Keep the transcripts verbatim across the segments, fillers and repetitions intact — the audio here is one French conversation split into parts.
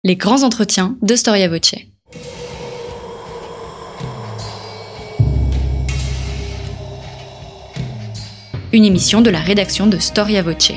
Les grands entretiens de Storia Voce. Une émission de la rédaction de Storia Voce.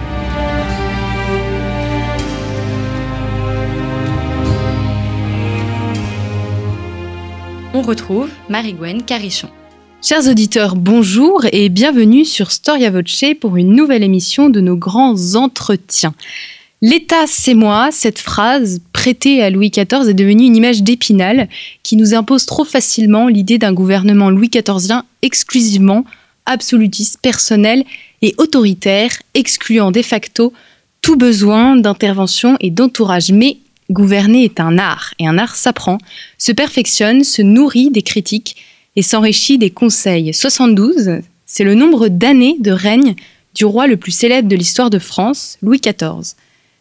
On retrouve Marie-Gwen Carichon. Chers auditeurs, bonjour et bienvenue sur Storia Voce pour une nouvelle émission de nos grands entretiens. L'État, c'est moi, cette phrase prêtée à Louis quatorze est devenue une image d'Épinal qui nous impose trop facilement l'idée d'un gouvernement Louis quatorzien exclusivement absolutiste, personnel et autoritaire, excluant de facto tout besoin d'intervention et d'entourage. Mais gouverner est un art, et un art s'apprend, se perfectionne, se nourrit des critiques et s'enrichit des conseils. soixante-douze, c'est le nombre d'années de règne du roi le plus célèbre de l'histoire de France, Louis quatorze.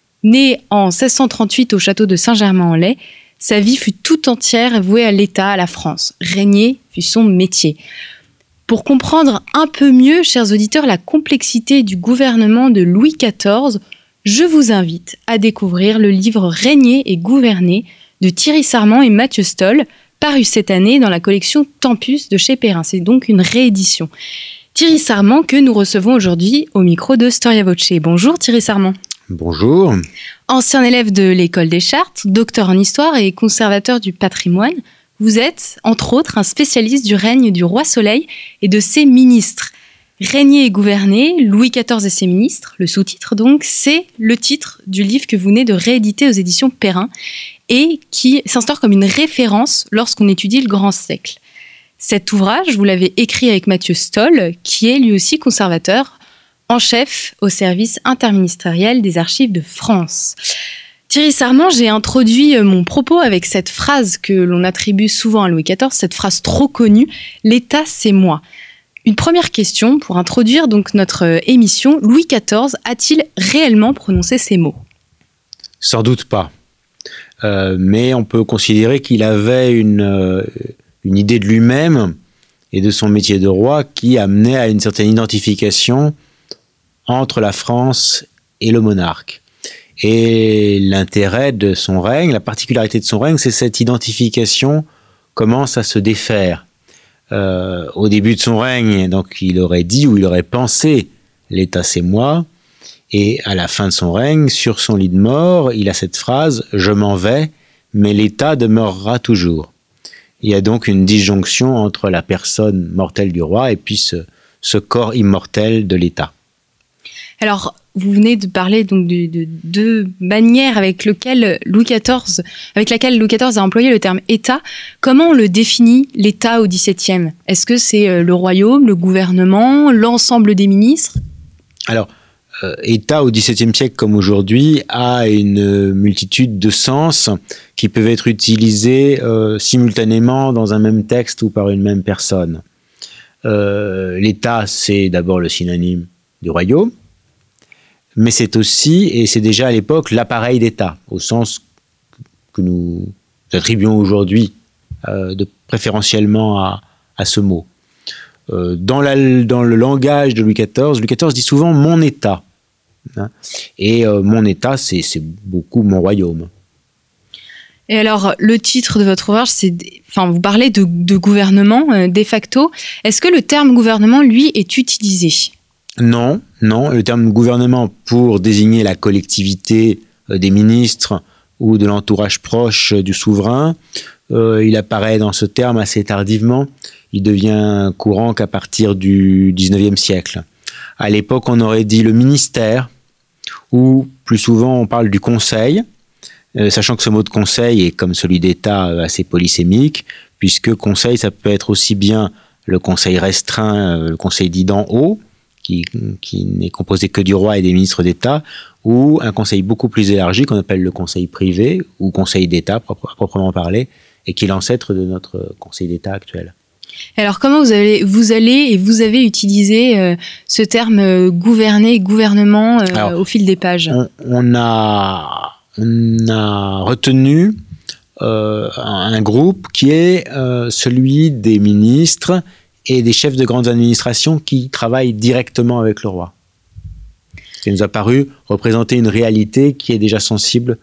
Né en seize cent trente-huit au château de Saint-Germain-en-Laye, sa vie fut tout entière vouée à l'État, à la France. Régner fut son métier. Pour comprendre un peu mieux, chers auditeurs, la complexité du gouvernement de Louis quatorze, je vous invite à découvrir le livre « Régner et gouverner » de Thierry Sarment et Mathieu Stoll, paru cette année dans la collection Tempus de chez Perrin. C'est donc une réédition. Thierry Sarment que nous recevons aujourd'hui au micro de Storia Voce. Bonjour Thierry Sarment. Bonjour. Ancien élève de l'École des Chartes, docteur en histoire et conservateur du patrimoine, vous êtes, entre autres, un spécialiste du règne du roi Soleil et de ses ministres. Régner et gouverner, Louis quatorze et ses ministres, le sous-titre donc, c'est le titre du livre que vous venez de rééditer aux éditions Perrin et qui s'instaure comme une référence lorsqu'on étudie le grand siècle. Cet ouvrage, vous l'avez écrit avec Mathieu Stoll, qui est lui aussi conservateur en chef au service interministériel des archives de France. Thierry Sarment, j'ai introduit mon propos avec cette phrase que l'on attribue souvent à Louis quatorze, cette phrase trop connue, « L'État, c'est moi ». Une première question pour introduire donc notre émission, Louis quatorze a-t-il réellement prononcé ces mots ? Sans doute pas. Euh, mais on peut considérer qu'il avait une, euh, une idée de lui-même et de son métier de roi qui amenait à une certaine identification entre la France et le monarque. Et l'intérêt de son règne, la particularité de son règne, c'est cette identification commence à se défaire. Euh, au début de son règne, donc il aurait dit ou il aurait pensé « l'État c'est moi », et à la fin de son règne, sur son lit de mort, il a cette phrase « je m'en vais, mais l'État demeurera toujours ». Il y a donc une disjonction entre la personne mortelle du roi et puis ce, ce corps immortel de l'État. Alors, vous venez de parler donc de, de deux manières avec lesquelles Louis quatorze, avec laquelle Louis quatorze a employé le terme État. Comment on le définit, l'État au dix-septième ? Est-ce que c'est le royaume, le gouvernement, l'ensemble des ministres ? Alors, euh, État au dix-septième siècle comme aujourd'hui a une multitude de sens qui peuvent être utilisés euh, simultanément dans un même texte ou par une même personne. Euh, L'État, c'est d'abord le synonyme du royaume. Mais c'est aussi, et c'est déjà à l'époque, l'appareil d'État, au sens que nous attribuons aujourd'hui euh, de préférentiellement à, à ce mot. Euh, dans, la, dans le langage de Louis quatorze, Louis quatorze dit souvent « mon État hein ». Et euh, mon État, c'est, c'est beaucoup mon royaume. Et alors, le titre de votre ouvrage, c'est, enfin, vous parlez de, de gouvernement euh, de facto. Est-ce que le terme gouvernement, lui, est utilisé ? Non, non. Le terme gouvernement pour désigner la collectivité euh, des ministres ou de l'entourage proche euh, du souverain, euh, il apparaît dans ce terme assez tardivement. Il devient courant qu'à partir du dix-neuvième siècle. À l'époque, on aurait dit le ministère, ou plus souvent on parle du conseil, euh, sachant que ce mot de conseil est comme celui d'État euh, assez polysémique, puisque conseil, ça peut être aussi bien le conseil restreint, euh, le conseil dit d'en haut, Qui, qui n'est composé que du roi et des ministres d'État, ou un conseil beaucoup plus élargi qu'on appelle le conseil privé, ou conseil d'État propre, proprement parlé, et qui est l'ancêtre de notre conseil d'État actuel. Alors comment vous allez, vous allez et vous avez utilisé euh, ce terme euh, gouverner, gouvernement euh, Alors, au fil des pages ? on, on, a, on a retenu euh, un groupe qui est euh, celui des ministres et des chefs de grandes administrations qui travaillent directement avec le roi. Ce qui nous a paru représenter une réalité qui est déjà sensible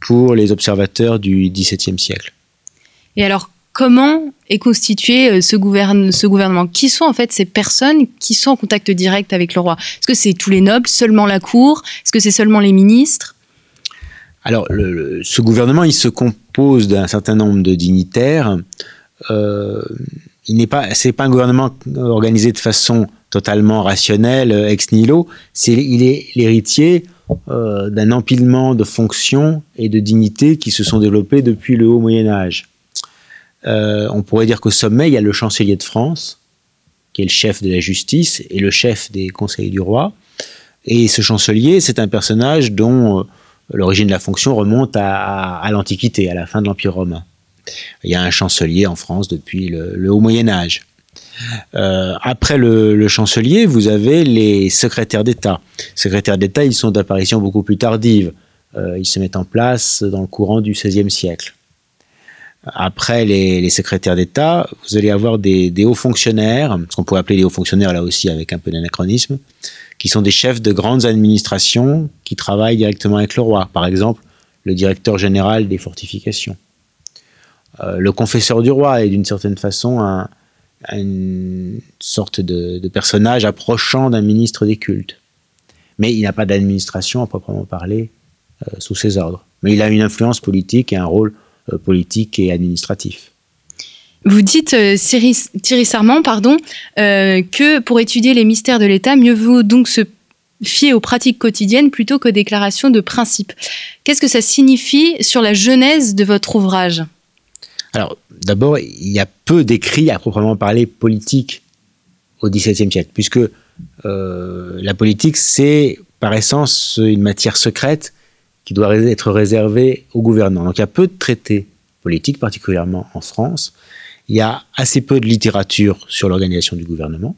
pour les observateurs du dix-septième siècle. Et alors, comment est constitué ce, gouverne, ce gouvernement? Qui sont en fait ces personnes qui sont en contact direct avec le roi? Est-ce que c'est tous les nobles, seulement la cour? Est-ce que c'est seulement les ministres? Alors, le, le, ce gouvernement, il se compose d'un certain nombre de dignitaires. Euh, il n'est pas, c'est pas un gouvernement organisé de façon totalement rationnelle, ex nihilo. C'est, il est l'héritier euh, d'un empilement de fonctions et de dignités qui se sont développées depuis le haut Moyen Âge. Euh, on pourrait dire qu'au sommet, il y a le chancelier de France, qui est le chef de la justice et le chef des conseillers du roi. Et ce chancelier, c'est un personnage dont euh, l'origine de la fonction remonte à, à, à l'Antiquité, à la fin de l'Empire romain. Il y a un chancelier en France depuis le, le haut Moyen Âge. Euh, après le, le chancelier, vous avez les secrétaires d'État. Secrétaires d'État, ils sont d'apparition beaucoup plus tardive. Euh, ils se mettent en place dans le courant du seizième siècle. Après les, les secrétaires d'État, vous allez avoir des, des hauts fonctionnaires, ce qu'on pourrait appeler les hauts fonctionnaires là aussi avec un peu d'anachronisme, qui sont des chefs de grandes administrations qui travaillent directement avec le roi. Par exemple, le directeur général des fortifications. Euh, le confesseur du roi est d'une certaine façon un, une sorte de, de personnage approchant d'un ministre des cultes. Mais il n'a pas d'administration à proprement parler euh, sous ses ordres. Mais il a une influence politique et un rôle euh, politique et administratif. Vous dites, euh, Thierry, Thierry Sarment, pardon, euh, que pour étudier les mystères de l'État, mieux vaut donc se fier aux pratiques quotidiennes plutôt qu'aux déclarations de principe. Qu'est-ce que ça signifie sur la genèse de votre ouvrage ? Alors, d'abord, il y a peu d'écrits à proprement parler politique au dix-septième siècle, puisque euh, la politique, c'est par essence une matière secrète qui doit être réservée aux gouvernants. Donc, il y a peu de traités politiques, particulièrement en France. Il y a assez peu de littérature sur l'organisation du gouvernement.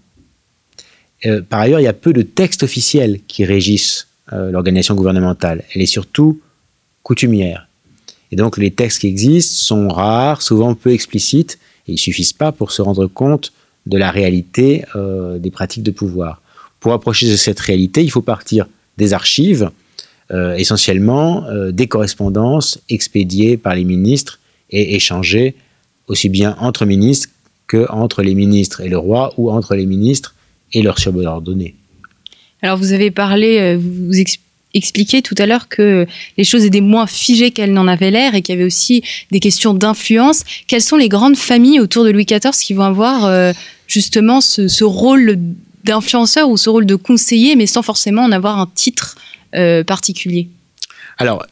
Euh, par ailleurs, il y a peu de textes officiels qui régissent euh, l'organisation gouvernementale. Elle est surtout coutumière. Et donc, les textes qui existent sont rares, souvent peu explicites, et ils ne suffisent pas pour se rendre compte de la réalité euh, des pratiques de pouvoir. Pour approcher de cette réalité, il faut partir des archives, euh, essentiellement euh, des correspondances expédiées par les ministres et échangées aussi bien entre ministres qu'entre les ministres et le roi, ou entre les ministres et leurs subordonnés. Alors, vous avez parlé, vous expliquez, expliqué tout à l'heure que les choses étaient moins figées qu'elles n'en avaient l'air et qu'il y avait aussi des questions d'influence. Quelles sont les grandes familles autour de Louis quatorze qui vont avoir euh, justement ce, ce rôle d'influenceur ou ce rôle de conseiller, mais sans forcément en avoir un titre euh, particulier ? Alors,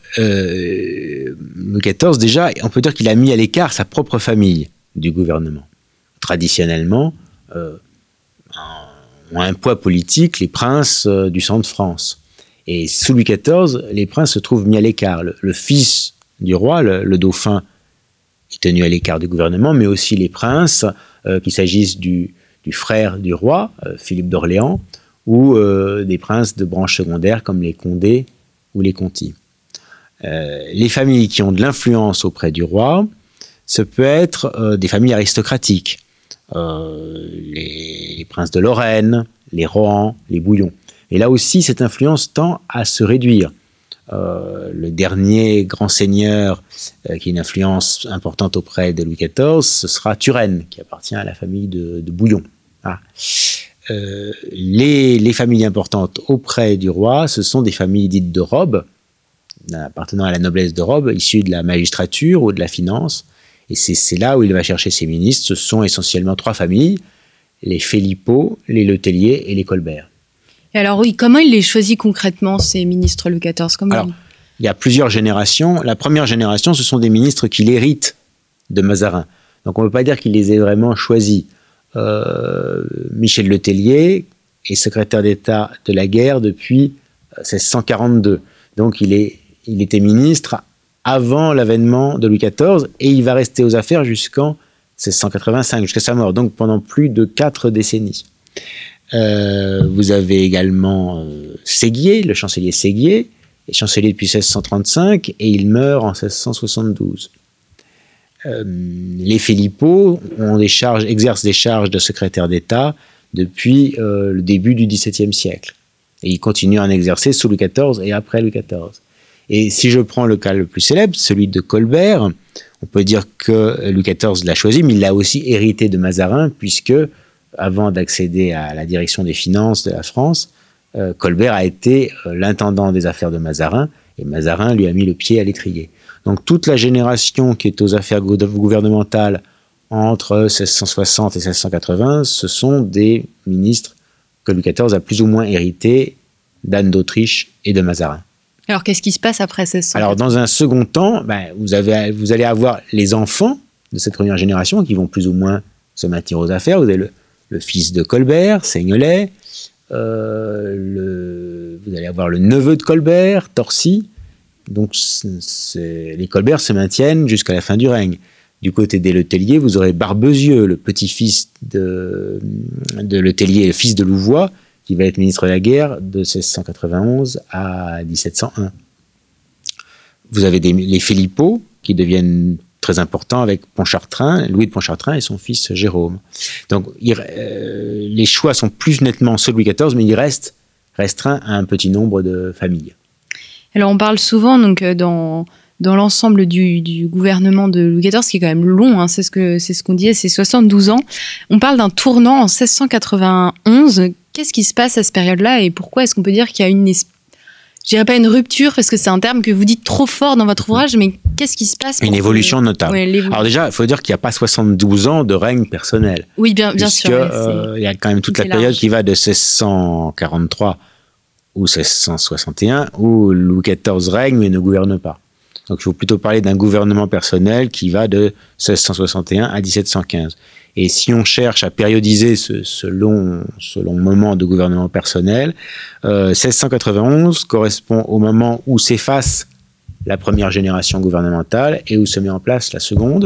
euh, Louis quatorze, déjà, on peut dire qu'il a mis à l'écart sa propre famille du gouvernement. Traditionnellement, euh, ont un poids politique les princes euh, du sang de France. Et sous Louis quatorze, les princes se trouvent mis à l'écart. Le, le fils du roi, le, le dauphin, est tenu à l'écart du gouvernement, mais aussi les princes, euh, qu'il s'agisse du, du frère du roi, euh, Philippe d'Orléans, ou euh, des princes de branche secondaire comme les Condé ou les Conti. Euh, les familles qui ont de l'influence auprès du roi, ce peut être euh, des familles aristocratiques, euh, les, les princes de Lorraine, les Rohan, les Bouillon. Et là aussi, cette influence tend à se réduire. Euh, le dernier grand seigneur euh, qui a une influence importante auprès de Louis quatorze, ce sera Turenne, qui appartient à la famille de, de Bouillon. Ah. Euh, les, les familles importantes auprès du roi, ce sont des familles dites de robe, appartenant à la noblesse de robe, issues de la magistrature ou de la finance. Et c'est, c'est là où il va chercher ses ministres. Ce sont essentiellement trois familles, les Philippot, les Letellier et les Colbert. Et alors oui, comment il les choisit concrètement, ces ministres Louis quatorze ? Comment Alors, il... il y a plusieurs générations. La première génération, ce sont des ministres qu'il hérite de Mazarin. Donc on ne peut pas dire qu'il les ait vraiment choisis. Euh, Michel Letellier est secrétaire d'État de la guerre depuis seize cent quarante-deux. Donc il, est, il était ministre avant l'avènement de Louis quatorze et il va rester aux affaires jusqu'en seize cent quatre-vingt-cinq, jusqu'à sa mort, donc pendant plus de quatre décennies. Euh, vous avez également euh, Séguier, le chancelier Séguier, est chancelier depuis seize cent trente-cinq et il meurt en seize cent soixante-douze. Euh, les Philippot ont des charges, exercent des charges de secrétaire d'État depuis euh, le début du dix-septième siècle. Et ils continuent à en exercer sous Louis quatorze et après Louis quatorze. Et si je prends le cas le plus célèbre, celui de Colbert, on peut dire que Louis quatorze l'a choisi, mais il l'a aussi hérité de Mazarin, puisque avant d'accéder à la direction des finances de la France, euh, Colbert a été euh, l'intendant des affaires de Mazarin, et Mazarin lui a mis le pied à l'étrier. Donc toute la génération qui est aux affaires gouvernementales entre seize cent soixante et seize cent quatre-vingts, ce sont des ministres que Louis quatorze a plus ou moins hérités d'Anne d'Autriche et de Mazarin. Alors, qu'est-ce qui se passe après seize cent? Alors, dans un second temps, ben, vous, avez, vous allez avoir les enfants de cette première génération qui vont plus ou moins se maintenir aux affaires. Vous avez le, le fils de Colbert, Seignelay. Euh, le, vous allez avoir le neveu de Colbert, Torcy. Donc, c'est, c'est, les Colbert se maintiennent jusqu'à la fin du règne. Du côté des Le Tellier, vous aurez Barbezieux, le petit-fils de, de Le Tellier, le fils de Louvois, qui va être ministre de la guerre de seize cent quatre-vingt-onze à dix-sept cent un. Vous avez des, les Philippot, qui deviennent très importants avec Pontchartrain, Louis de Pontchartrain et son fils Jérôme. Donc, il, euh, les choix sont plus nettement ceux de Louis quatorze, mais il reste restreint à un petit nombre de familles. Alors, on parle souvent, donc, dans... dans l'ensemble du, du gouvernement de Louis quatorze, qui est quand même long, hein, c'est ce que, c'est ce qu'on disait, c'est soixante-douze ans. On parle d'un tournant en seize cent quatre-vingt-onze. Qu'est-ce qui se passe à cette période-là et pourquoi est-ce qu'on peut dire qu'il y a une, je dirais pas une rupture, parce que c'est un terme que vous dites trop fort dans votre ouvrage, mais qu'est-ce qui se passe pour Une évolution que... notable. Ouais, Alors déjà, il faut dire qu'il n'y a pas soixante-douze ans de règne personnel. Oui, bien, bien puisque, sûr. Ouais, euh, il y a quand même toute la c'est période large. qui va de seize cent quarante-trois ou seize cent soixante et un, où Louis quatorze règne mais ne gouverne pas. Donc il faut plutôt parler d'un gouvernement personnel qui va de seize cent soixante et un à dix-sept cent quinze. Et si on cherche à périodiser ce, ce, long, ce long moment de gouvernement personnel, euh, seize cent quatre-vingt-onze correspond au moment où s'efface la première génération gouvernementale et où se met en place la seconde.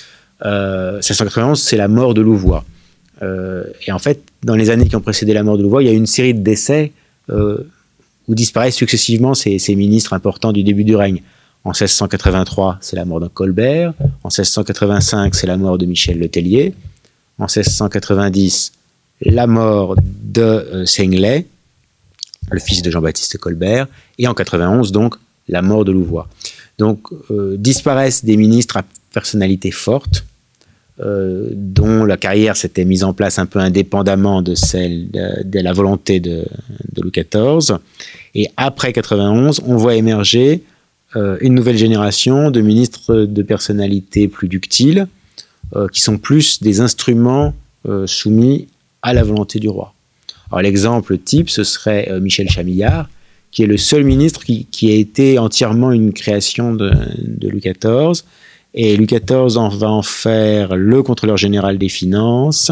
Euh, seize cent quatre-vingt-onze, c'est la mort de Louvois. Euh, et en fait, dans les années qui ont précédé la mort de Louvois, il y a eu une série de décès euh, où disparaissent successivement ces, ces ministres importants du début du règne. En seize cent quatre-vingt-trois, c'est la mort de Colbert. En seize cent quatre-vingt-cinq, c'est la mort de Michel Le Tellier. En seize cent quatre-vingt-dix, la mort de euh, Seignelay, le fils de Jean-Baptiste Colbert. Et en quatre-vingt-onze, donc, la mort de Louvois. Donc, euh, disparaissent des ministres à personnalité forte, euh, dont la carrière s'était mise en place un peu indépendamment de celle de, de la volonté de, de Louis quatorze. Et après quatre-vingt-onze, on voit émerger euh, une nouvelle génération de ministres de personnalité plus ductiles, euh, qui sont plus des instruments euh, soumis à la volonté du roi. Alors l'exemple type, ce serait euh, Michel Chamillard, qui est le seul ministre qui, qui a été entièrement une création de, de Louis quatorze. Et Louis quatorze en va en faire le contrôleur général des finances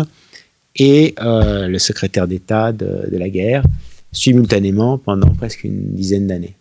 et euh, le secrétaire d'État de, de la guerre, simultanément pendant presque une dizaine d'années.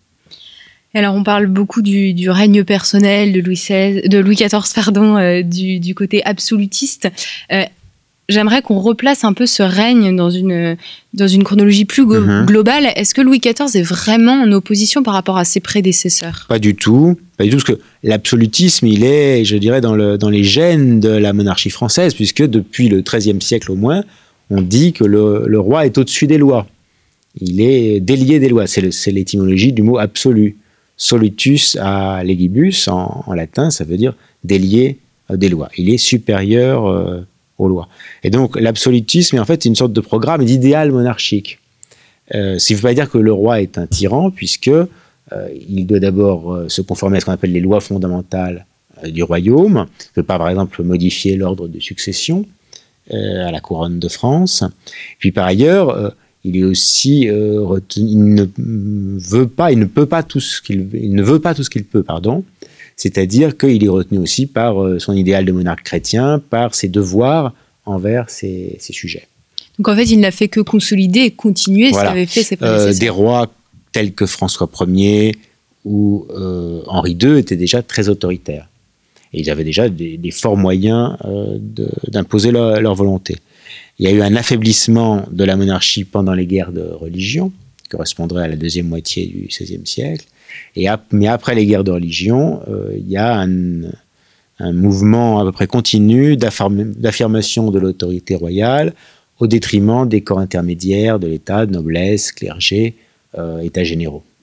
Alors, on parle beaucoup du, du règne personnel de Louis seize, de Louis quatorze, pardon, euh, du, du côté absolutiste. Euh, J'aimerais qu'on replace un peu ce règne dans une, dans une chronologie plus go- mm-hmm. globale. Est-ce que Louis quatorze est vraiment en opposition par rapport à ses prédécesseurs ? Pas du tout. Pas du tout, parce que l'absolutisme, il est, je dirais, dans, le, dans les gènes de la monarchie française, puisque depuis le treizième siècle au moins, on dit que le, le roi est au-dessus des lois. Il est délié des lois. C'est, le, c'est l'étymologie du mot absolu. Solutus à legibus, en, en latin, ça veut dire délié des lois. Il est supérieur euh, aux lois. Et donc, l'absolutisme est en fait une sorte de programme d'idéal monarchique. Euh, ce qui ne veut pas dire que le roi est un tyran, puisque euh, il doit d'abord euh, se conformer à ce qu'on appelle les lois fondamentales euh, du royaume. Il ne peut pas, par exemple, modifier l'ordre de succession euh, à la couronne de France. Puis, par ailleurs, euh, il est aussi euh, retenu, il ne veut pas, il ne peut pas tout ce qu'il, il ne veut pas tout ce qu'il peut, pardon. C'est-à-dire qu'il est retenu aussi par son idéal de monarque chrétien, par ses devoirs envers ses, ses sujets. Donc en fait, il n'a fait que consolider et continuer voilà. ce qu'avaient fait ses prédécesseurs. Euh, des rois tels que François Ier ou euh, Henri deux étaient déjà très autoritaires. Et ils avaient déjà des, des forts moyens euh, de, d'imposer leur, leur volonté. Il y a eu un affaiblissement de la monarchie pendant les guerres de religion, qui correspondrait à la deuxième moitié du seizième siècle. Et ap- mais après les guerres de religion, euh, il y a un, un mouvement à peu près continu d'affirm- d'affirmation de l'autorité royale au détriment des corps intermédiaires de l'État, de noblesse, clergé, euh, États généraux.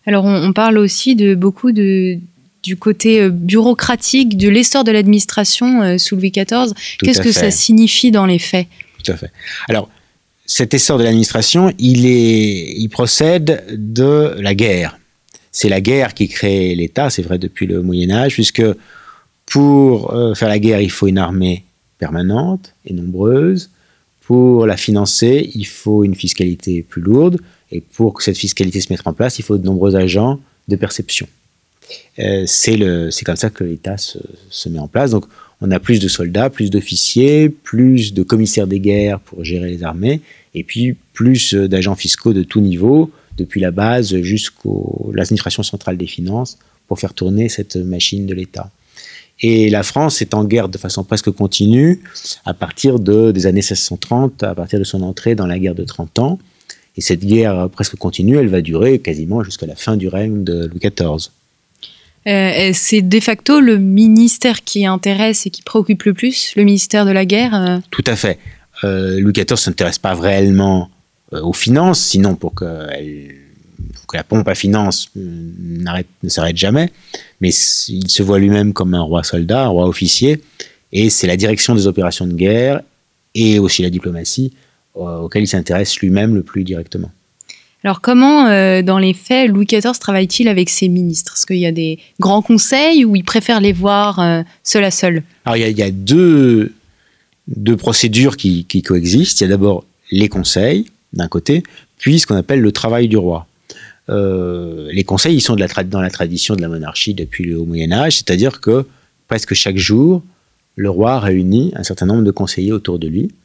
Alors, on, on parle aussi de beaucoup de, du côté bureaucratique, de l'essor de l'administration euh, sous Louis quatorze. Tout Qu'est-ce à que fait. ça signifie dans les faits ? Tout à fait. Alors, cet essor de l'administration, il, est, il procède de la guerre. C'est la guerre qui crée l'État, c'est vrai depuis le Moyen-Âge, puisque pour euh, faire la guerre, il faut une armée permanente et nombreuse. Pour la financer, il faut une fiscalité plus lourde. Et pour que cette fiscalité se mette en place, il faut de nombreux agents de perception. Euh, c'est, le, c'est comme ça que l'État se, se met en place. Donc, on a plus de soldats, plus d'officiers, plus de commissaires des guerres pour gérer les armées, et puis plus d'agents fiscaux de tout niveau, depuis la base jusqu'à l'administration centrale des finances, pour faire tourner cette machine de l'État. Et la France est en guerre de façon presque continue à partir de, des années seize cent trente, à partir de son entrée dans la guerre de trente ans. Et cette guerre presque continue, elle va durer quasiment jusqu'à la fin du règne de Louis quatorze. Euh, c'est de facto le ministère qui intéresse et qui préoccupe le plus, le ministère de la guerre euh... Tout à fait. Euh, Louis quatorze ne s'intéresse pas réellement euh, aux finances, sinon pour que, elle, pour que la pompe à finances n'arrête, ne s'arrête jamais, mais il se voit lui-même comme un roi soldat, un roi officier, et c'est la direction des opérations de guerre et aussi la diplomatie euh, auquel il s'intéresse lui-même le plus directement. Alors comment, euh, dans les faits, Louis quatorze travaille-t-il avec ses ministres ? Est-ce qu'il y a des grands conseils ou il préfère les voir euh, seul à seul ? Alors il y a, il y a deux, deux procédures qui, qui coexistent. Il y a d'abord les conseils, d'un côté, puis ce qu'on appelle le travail du roi. Euh, les conseils, ils sont de la tra- dans la tradition de la monarchie depuis le haut Moyen-Âge, c'est-à-dire que presque chaque jour, le roi réunit un certain nombre de conseillers autour de lui.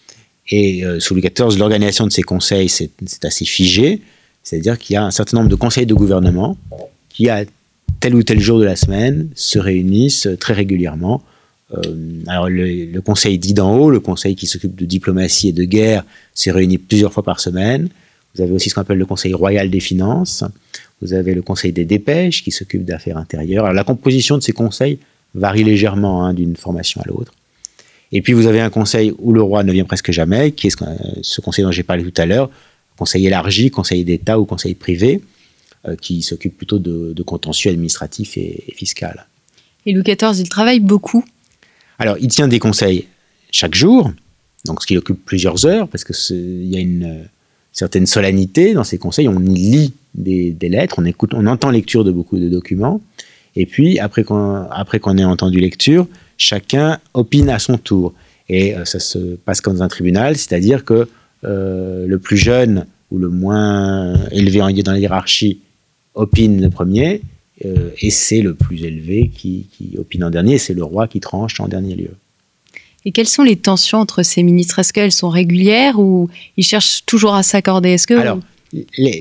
Et euh, sous Louis quatorze, l'organisation de ces conseils, c'est, c'est assez figé. C'est-à-dire qu'il y a un certain nombre de conseils de gouvernement qui, à tel ou tel jour de la semaine, se réunissent très régulièrement. Euh, alors, le, le conseil dit d'en haut, le conseil qui s'occupe de diplomatie et de guerre, se réunit plusieurs fois par semaine. Vous avez aussi ce qu'on appelle le conseil royal des finances. Vous avez le conseil des dépêches qui s'occupe d'affaires intérieures. Alors, la composition de ces conseils varie légèrement hein, d'une formation à l'autre. Et puis, vous avez un conseil où le roi ne vient presque jamais, qui est ce, ce conseil dont j'ai parlé tout à l'heure, conseil élargi, conseil d'État ou conseil privé, euh, qui s'occupe plutôt de, de contentieux administratif et, et fiscal. Et Louis quatorze, il travaille beaucoup ? Alors, il tient des conseils chaque jour, donc ce qui occupe plusieurs heures, parce qu'il y a une euh, certaine solennité dans ces conseils. On y lit des, des lettres, on, écoute, on entend lecture de beaucoup de documents, et puis, après qu'on, après qu'on ait entendu lecture, chacun opine à son tour. Et euh, ça se passe comme dans un tribunal, c'est-à-dire que euh, le plus jeune ou le moins élevé dans la hiérarchie opine le premier, euh, et c'est le plus élevé qui, qui opine en dernier, et c'est le roi qui tranche en dernier lieu. Et quelles sont les tensions entre ces ministres ? Est-ce qu'elles sont régulières ou ils cherchent toujours à s'accorder ? Est-ce que Alors, les,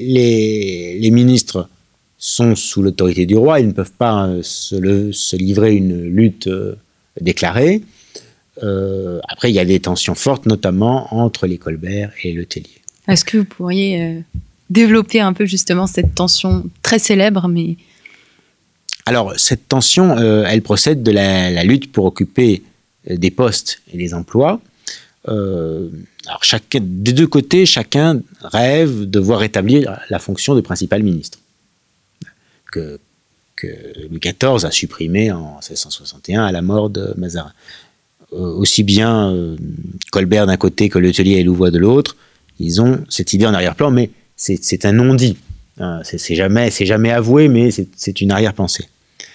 les, les ministres sont sous l'autorité du roi, ils ne peuvent pas euh, se, le, se livrer une lutte euh, déclarée. Euh, après, il y a des tensions fortes, notamment entre les Colbert et le Tellier. Est-ce que vous pourriez euh, développer un peu justement cette tension très célèbre, mais... Alors, cette tension, euh, elle procède de la, la lutte pour occuper euh, des postes et des emplois. Euh, alors, chacun, des deux côtés, chacun rêve de voir rétablir la fonction de principal ministre, que, que Louis quatorze a supprimé en seize cent soixante et un à la mort de Mazarin. Euh, aussi bien euh, Colbert d'un côté que Le Tellier et Louvois de l'autre, ils ont cette idée en arrière-plan, mais c'est, c'est un non-dit. Hein, c'est, c'est, jamais, c'est jamais avoué, mais c'est, c'est une arrière-pensée.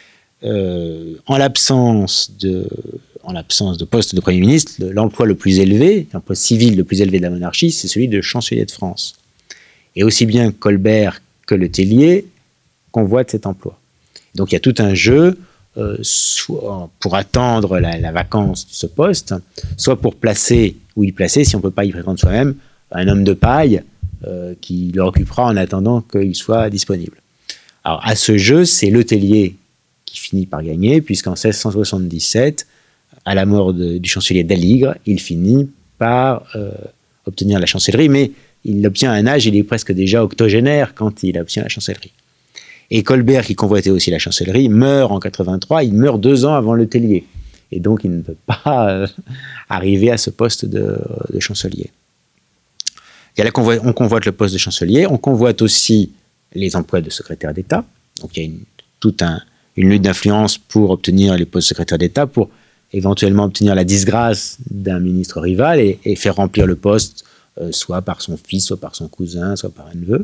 Euh, en l'absence de, en l'absence de poste de Premier ministre, l'emploi le plus élevé, l'emploi civil le plus élevé de la monarchie, c'est celui de chancelier de France. Et aussi bien Colbert que Le Tellier convoitent cet emploi. Donc il y a tout un jeu euh, soit pour attendre la, la vacance de ce poste, soit pour placer ou y placer, si on ne peut pas y prétendre soi-même, un homme de paille euh, qui le occupera en attendant qu'il soit disponible. Alors à ce jeu, c'est Le Tellier qui finit par gagner, puisqu'en seize cent soixante-dix-sept, à la mort de, du chancelier d'Aligre, il finit par euh, obtenir la chancellerie, mais il l'obtient à un âge, il est presque déjà octogénaire quand il obtient la chancellerie. Et Colbert, qui convoitait aussi la chancellerie, meurt en quatre-vingt-trois, il meurt deux ans avant Le Tellier. Et donc, il ne peut pas euh, arriver à ce poste de, de chancelier. Il y a la convo- on convoite le poste de chancelier, on convoite aussi les emplois de secrétaire d'État. Donc il y a une, toute un, une lutte d'influence pour obtenir les postes de secrétaire d'État, pour éventuellement obtenir la disgrâce d'un ministre rival et, et faire remplir le poste euh, soit par son fils, soit par son cousin, soit par un neveu.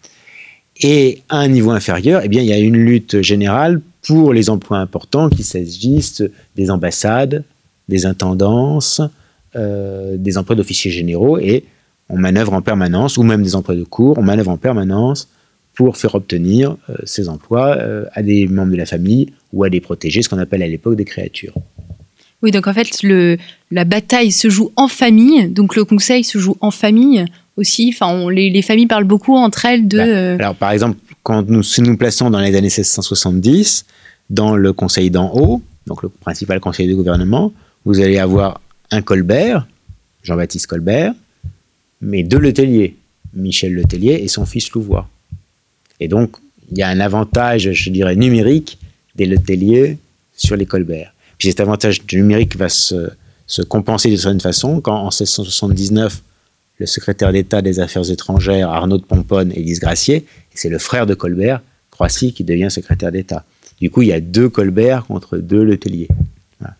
Et à un niveau inférieur, eh bien, il y a une lutte générale pour les emplois importants, qu'il s'agisse des ambassades, des intendances, euh, des emplois d'officiers généraux, et on manœuvre en permanence, ou même des emplois de cour, on manœuvre en permanence pour faire obtenir euh, ces emplois euh, à des membres de la famille ou à des protégés, ce qu'on appelle à l'époque des créatures. Oui, donc en fait, le, la bataille se joue en famille, donc le conseil se joue en famille aussi. Enfin, on, les, les familles parlent beaucoup entre elles de... Ben, euh... Alors, par exemple, quand nous si nous plaçons dans les années seize cent soixante-dix, dans le conseil d'en haut, donc le principal conseil de gouvernement, vous allez avoir un Colbert, Jean-Baptiste Colbert, mais deux Letellier, Michel Letellier et son fils Louvois. Et donc, il y a un avantage, je dirais, numérique des Letellier sur les Colbert. Puis cet avantage numérique va se, se compenser de certaine façon quand, en seize cent soixante-dix-neuf, le secrétaire d'État des Affaires étrangères, Arnaud de Pomponne, est disgracié, et c'est le frère de Colbert, Croissy, qui devient secrétaire d'État. Du coup, il y a deux Colbert contre deux Letellier. Voilà.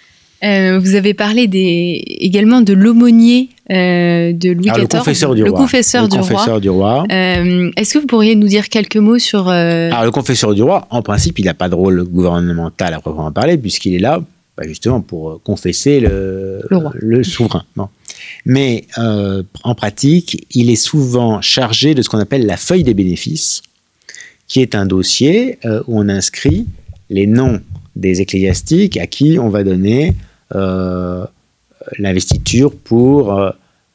Euh, vous avez parlé des, également de l'aumônier euh, de Louis Alors, quatorze, le confesseur du le roi. confesseur le du confesseur roi. du roi. Euh, est-ce que vous pourriez nous dire quelques mots sur... Euh... Alors, le confesseur du roi, en principe, il n'a pas de rôle gouvernemental à proprement parler, puisqu'il est là bah, justement pour confesser le, le, roi. le souverain. Bon. Mais euh, en pratique, il est souvent chargé de ce qu'on appelle la feuille des bénéfices, qui est un dossier euh, où on inscrit les noms des ecclésiastiques à qui on va donner euh, l'investiture pour euh,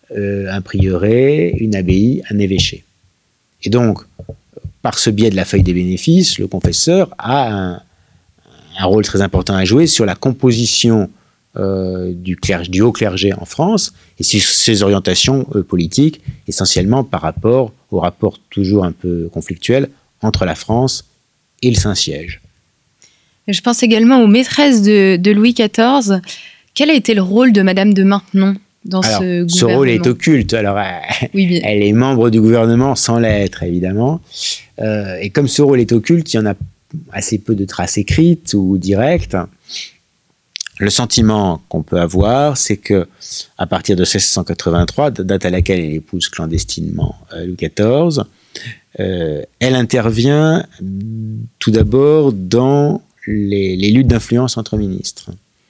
un prieuré, une abbaye, un évêché. Et donc, par ce biais de la feuille des bénéfices, le confesseur a un, un rôle très important à jouer sur la composition euh, du, clergé, du haut clergé en France et sur ses orientations euh, politiques, essentiellement par rapport au rapport toujours un peu conflictuel entre la France et le Saint-Siège. Je pense également aux maîtresses de, de Louis quatorze. Quel a été le rôle de Madame de Maintenon dans Alors, ce gouvernement ? Ce rôle est occulte. Alors, oui, bien. Elle est membre du gouvernement sans l'être, évidemment. Euh, et comme ce rôle est occulte, il y en a assez peu de traces écrites ou directes. Le sentiment qu'on peut avoir, c'est que à partir de seize cent quatre-vingt-trois, date à laquelle elle épouse clandestinement euh, Louis quatorze, euh, elle intervient tout d'abord dans les, les luttes d'influence entre ministres.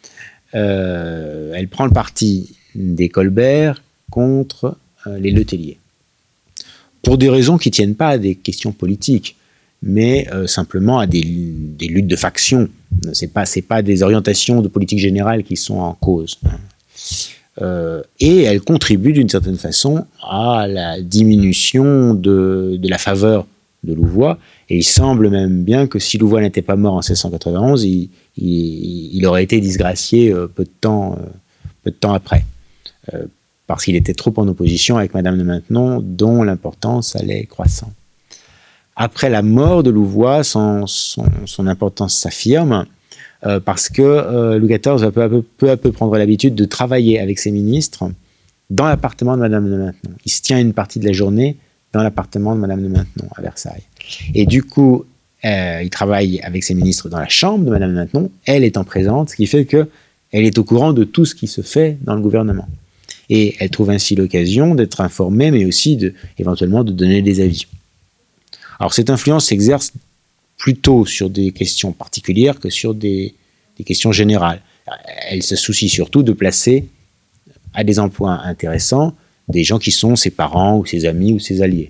Euh, elle prend le parti des Colbert contre euh, les Letellier. Pour des raisons qui ne tiennent pas à des questions politiques, mais euh, simplement à des, des luttes de factions. Ce n'est pas, c'est pas des orientations de politique générale qui sont en cause. Euh, et elle contribue d'une certaine façon à la diminution de, de la faveur de Louvois. Et il semble même bien que si Louvois n'était pas mort en seize cent quatre-vingt-onze, il, il, il aurait été disgracié euh, peu de temps, euh, peu de temps après. Euh, parce qu'il était trop en opposition avec Madame de Maintenon, dont l'importance allait croissant. Après la mort de Louvois, son, son, son importance s'affirme euh, parce que euh, Louis quatorze va peu à peu, peu à peu prendre l'habitude de travailler avec ses ministres dans l'appartement de Madame de Maintenon. Il se tient une partie de la journée dans l'appartement de Madame de Maintenon à Versailles. Et du coup, euh, il travaille avec ses ministres dans la chambre de Madame de Maintenon, elle étant présente, ce qui fait qu'elle est au courant de tout ce qui se fait dans le gouvernement. Et elle trouve ainsi l'occasion d'être informée, mais aussi de, éventuellement de donner des avis. Alors cette influence s'exerce plutôt sur des questions particulières que sur des, des questions générales. Elle se soucie surtout de placer à des emplois intéressants des gens qui sont ses parents ou ses amis ou ses alliés.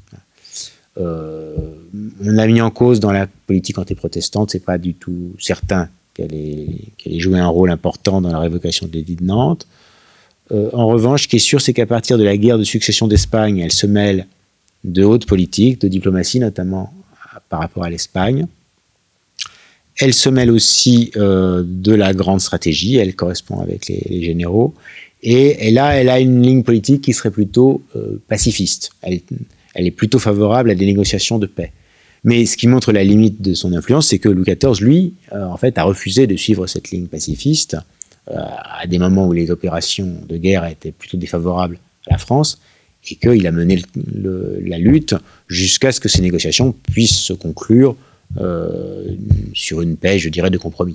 Euh, on a mis en cause dans la politique antiprotestante, c'est pas du tout certain qu'elle ait, qu'elle ait joué un rôle important dans la révocation de l'édit de Nantes. Euh, en revanche, ce qui est sûr, c'est qu'à partir de la guerre de succession d'Espagne, elle se mêle de haute politique, de diplomatie, notamment par rapport à l'Espagne. Elle se mêle aussi euh, de la grande stratégie, elle correspond avec les, les généraux, et, et là, elle a une ligne politique qui serait plutôt euh, pacifiste. Elle, elle est plutôt favorable à des négociations de paix. Mais ce qui montre la limite de son influence, c'est que Louis quatorze, lui, euh, en fait, a refusé de suivre cette ligne pacifiste euh, à des moments où les opérations de guerre étaient plutôt défavorables à la France. et qu'il a mené le, le, la lutte jusqu'à ce que ces négociations puissent se conclure euh, sur une paix, je dirais, de compromis.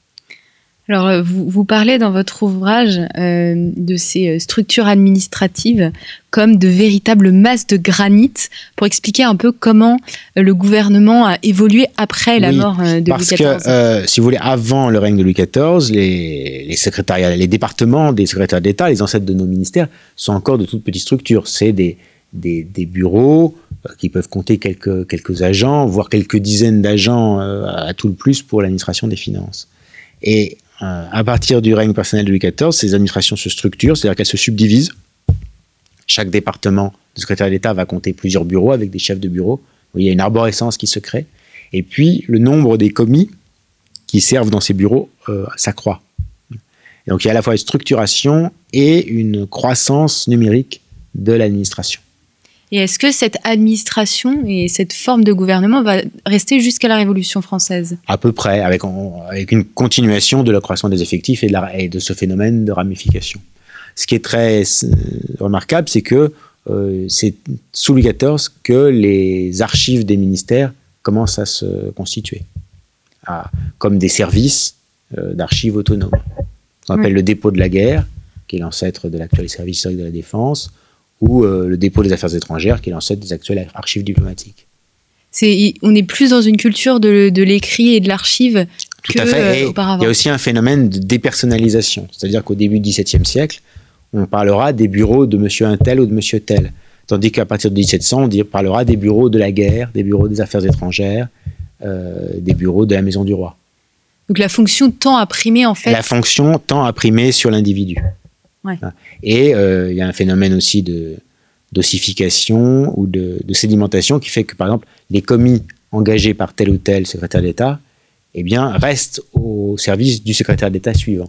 Alors, vous, vous parlez dans votre ouvrage euh, de ces structures administratives comme de véritables masses de granit pour expliquer un peu comment le gouvernement a évolué après la oui, mort de Louis parce quatorze. que, euh, si vous voulez, avant le règne de Louis quatorze, les, les secrétariats, les départements des secrétaires d'État, les ancêtres de nos ministères, sont encore de toutes petites structures. C'est des, des, des bureaux euh, qui peuvent compter quelques, quelques agents, voire quelques dizaines d'agents euh, à tout le plus pour l'administration des finances. Et à partir du règne personnel de Louis quatorze, ces administrations se structurent, c'est-à-dire qu'elles se subdivisent. Chaque département de secrétaire d'État va compter plusieurs bureaux avec des chefs de bureau. Il y a une arborescence qui se crée. Et puis, le nombre des commis qui servent dans ces bureaux euh, s'accroît. Et donc, il y a à la fois une structuration et une croissance numérique de l'administration. Et est-ce que cette administration et cette forme de gouvernement va rester jusqu'à la Révolution française ? À peu près, avec, avec une continuation de l'accroissement des effectifs et de, la, et de ce phénomène de ramification. Ce qui est très euh, remarquable, c'est que euh, c'est sous Louis quatorze que les archives des ministères commencent à se constituer, à, comme des services euh, d'archives autonomes. On appelle oui. le dépôt de la guerre, qui est l'ancêtre de l'actuel service historique de la défense, ou euh, le dépôt des affaires étrangères, qui est l'ancêtre des actuelles archives diplomatiques. C'est, on est plus dans une culture de, de l'écrit et de l'archive Tout que à fait. Et euh, auparavant. Il y a aussi un phénomène de dépersonnalisation. C'est-à-dire qu'au début du dix-septième siècle, on parlera des bureaux de monsieur un tel ou de monsieur tel. Tandis qu'à partir de dix-sept cents, on parlera des bureaux de la guerre, des bureaux des affaires étrangères, euh, des bureaux de la maison du roi. Donc la fonction tend à primer en fait. La fonction tend à primer sur l'individu. Ouais. Et il euh, y a un phénomène aussi de, d'ossification ou de, de sédimentation qui fait que, par exemple, les commis engagés par tel ou tel secrétaire d'État eh bien, restent au service du secrétaire d'État suivant.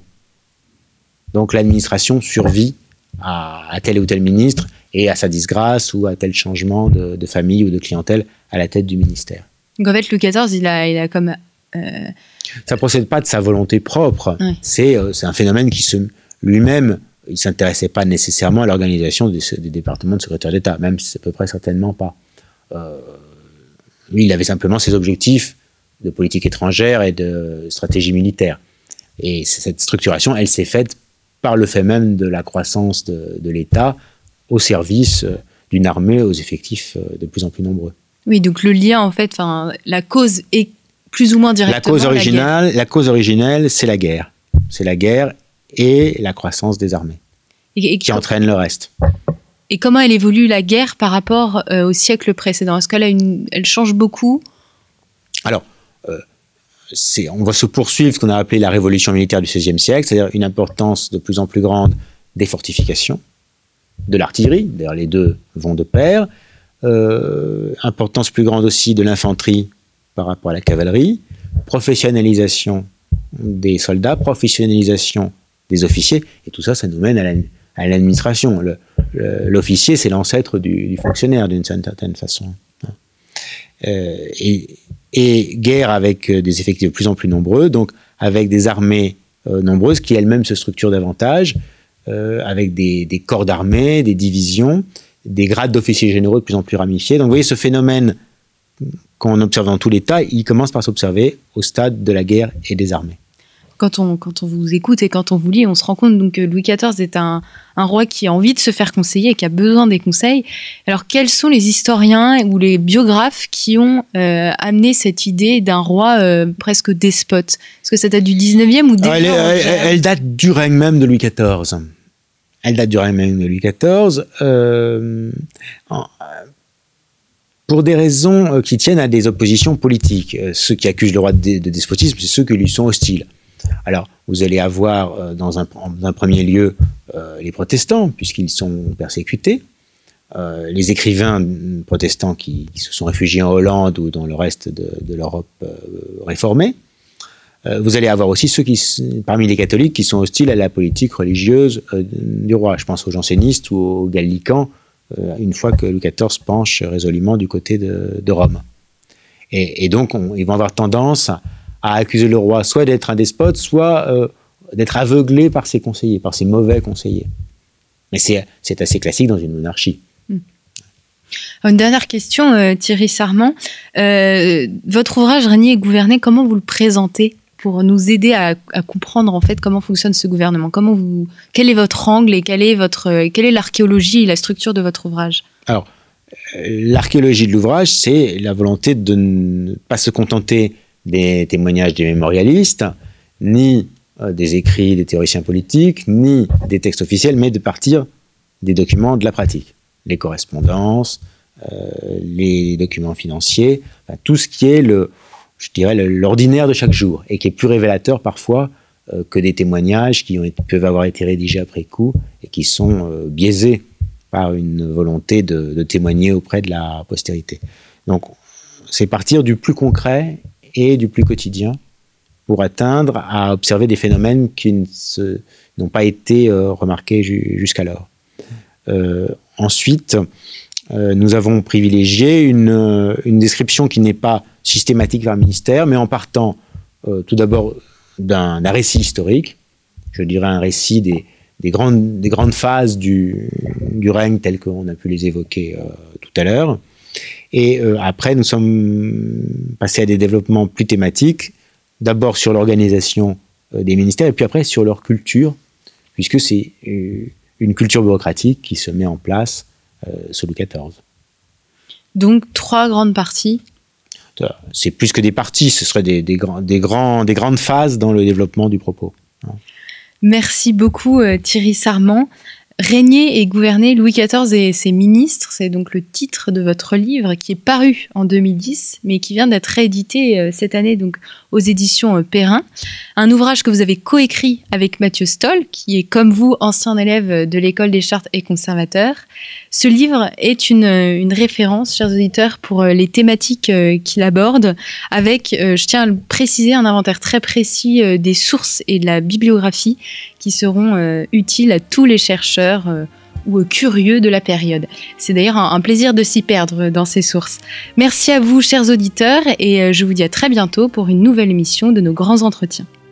Donc l'administration survit à, à tel ou tel ministre et à sa disgrâce ou à tel changement de, de famille ou de clientèle à la tête du ministère. Donc en fait, Louis quatorze, il a, il a comme... Euh... Ça ne procède pas de sa volonté propre. Ouais. C'est, euh, c'est un phénomène qui se, lui-même... Il ne s'intéressait pas nécessairement à l'organisation des, des départements de secrétaire d'État, même si c'est à peu près certainement pas. Euh, lui, il avait simplement ses objectifs de politique étrangère et de stratégie militaire. Et cette structuration, elle s'est faite par le fait même de la croissance de, de l'État au service d'une armée aux effectifs de plus en plus nombreux. Oui, donc le lien, en fait, la cause est plus ou moins directement la cause originale. La, la cause originelle, c'est la guerre. C'est la guerre et la croissance des armées, et, et qui entraîne le reste. Et comment elle évolue, la guerre, par rapport euh, au siècle précédent ? Est-ce qu'elle a une, elle change beaucoup ? Alors, euh, c'est, on va se poursuivre ce qu'on a appelé la révolution militaire du seizième siècle, c'est-à-dire une importance de plus en plus grande des fortifications, de l'artillerie, d'ailleurs les deux vont de pair, euh, importance plus grande aussi de l'infanterie par rapport à la cavalerie, professionnalisation des soldats, professionnalisation des officiers, et tout ça, ça nous mène à, la, à l'administration. Le, le, l'officier, c'est l'ancêtre du, du fonctionnaire, d'une certaine façon. Euh, et, et guerre avec des effectifs de plus en plus nombreux, donc avec des armées euh, nombreuses qui elles-mêmes se structurent davantage, euh, avec des, des corps d'armée, des divisions, des grades d'officiers généraux de plus en plus ramifiés. Donc vous voyez, ce phénomène qu'on observe dans tout l'État, il commence par s'observer au stade de la guerre et des armées. Quand on, quand on vous écoute et quand on vous lit, on se rend compte donc, que Louis quatorze est un, un roi qui a envie de se faire conseiller et qui a besoin des conseils. Alors, quels sont les historiens ou les biographes qui ont euh, amené cette idée d'un roi euh, presque despote ? Est-ce que ça date du dix-neuvième ou début elle, elle, elle date du règne même de Louis quatorze. Elle date du règne même de Louis quatorze. Euh, en, pour des raisons qui tiennent à des oppositions politiques. Ceux qui accusent le roi de, de despotisme, c'est ceux qui lui sont hostiles. Alors, vous allez avoir, euh, dans, un, dans un premier lieu, euh, les protestants, puisqu'ils sont persécutés, euh, les écrivains protestants qui, qui se sont réfugiés en Hollande ou dans le reste de, de l'Europe euh, réformée. Euh, vous allez avoir aussi ceux qui, parmi les catholiques qui sont hostiles à la politique religieuse euh, du roi. Je pense aux jansénistes ou aux gallicans, euh, une fois que Louis quatorze penche résolument du côté de, de Rome. Et, et donc, on, ils vont avoir tendance à à accuser le roi soit d'être un despote, soit euh, d'être aveuglé par ses conseillers, par ses mauvais conseillers. Mais c'est, c'est assez classique dans une monarchie. Une dernière question, euh, Thierry Sarment. Euh, votre ouvrage Régner et gouverner, comment vous le présentez pour nous aider à, à comprendre en fait comment fonctionne ce gouvernement? Comment vous, quel est votre angle et quelle est, votre, quelle est l'archéologie et la structure de votre ouvrage? Alors, l'archéologie de l'ouvrage, c'est la volonté de ne pas se contenter des témoignages des mémorialistes, ni euh, des écrits des théoriciens politiques, ni des textes officiels, mais de partir des documents de la pratique. Les correspondances, euh, les documents financiers, enfin, tout ce qui est, le, je dirais, le, l'ordinaire de chaque jour, et qui est plus révélateur parfois euh, que des témoignages qui ont, peuvent avoir été rédigés après coup, et qui sont euh, biaisés par une volonté de, de témoigner auprès de la postérité. Donc, c'est partir du plus concret et du plus quotidien pour atteindre à observer des phénomènes qui ne se, n'ont pas été euh, remarqués ju- jusqu'alors. Euh, ensuite, euh, nous avons privilégié une, une description qui n'est pas systématique vers le ministère, mais en partant euh, tout d'abord d'un, d'un récit historique, je dirais un récit des Des grandes, des grandes phases du, du règne telles qu'on a pu les évoquer euh, tout à l'heure. Et euh, après, nous sommes passés à des développements plus thématiques, d'abord sur l'organisation euh, des ministères, et puis après sur leur culture, puisque c'est euh, une culture bureaucratique qui se met en place euh, sous Louis quatorze. Donc, trois grandes parties. C'est plus que des parties, ce seraient des, des, grands, des, grands, des grandes phases dans le développement du propos. Merci beaucoup euh, Thierry Sarment. Régner et gouverner Louis quatorze et ses ministres, c'est donc le titre de votre livre qui est paru en deux mille dix, mais qui vient d'être réédité euh, cette année donc aux éditions euh, Perrin. Un ouvrage que vous avez coécrit avec Mathieu Stoll, qui est comme vous ancien élève de l'école des chartes et conservateur. Ce livre est une, une référence, chers auditeurs, pour euh, les thématiques euh, qu'il aborde, avec, euh, je tiens à le préciser, un inventaire très précis euh, des sources et de la bibliographie qui seront euh, utiles à tous les chercheurs euh, ou euh, curieux de la période. C'est d'ailleurs un, un plaisir de s'y perdre dans ces sources. Merci à vous, chers auditeurs, et euh, je vous dis à très bientôt pour une nouvelle émission de nos grands entretiens.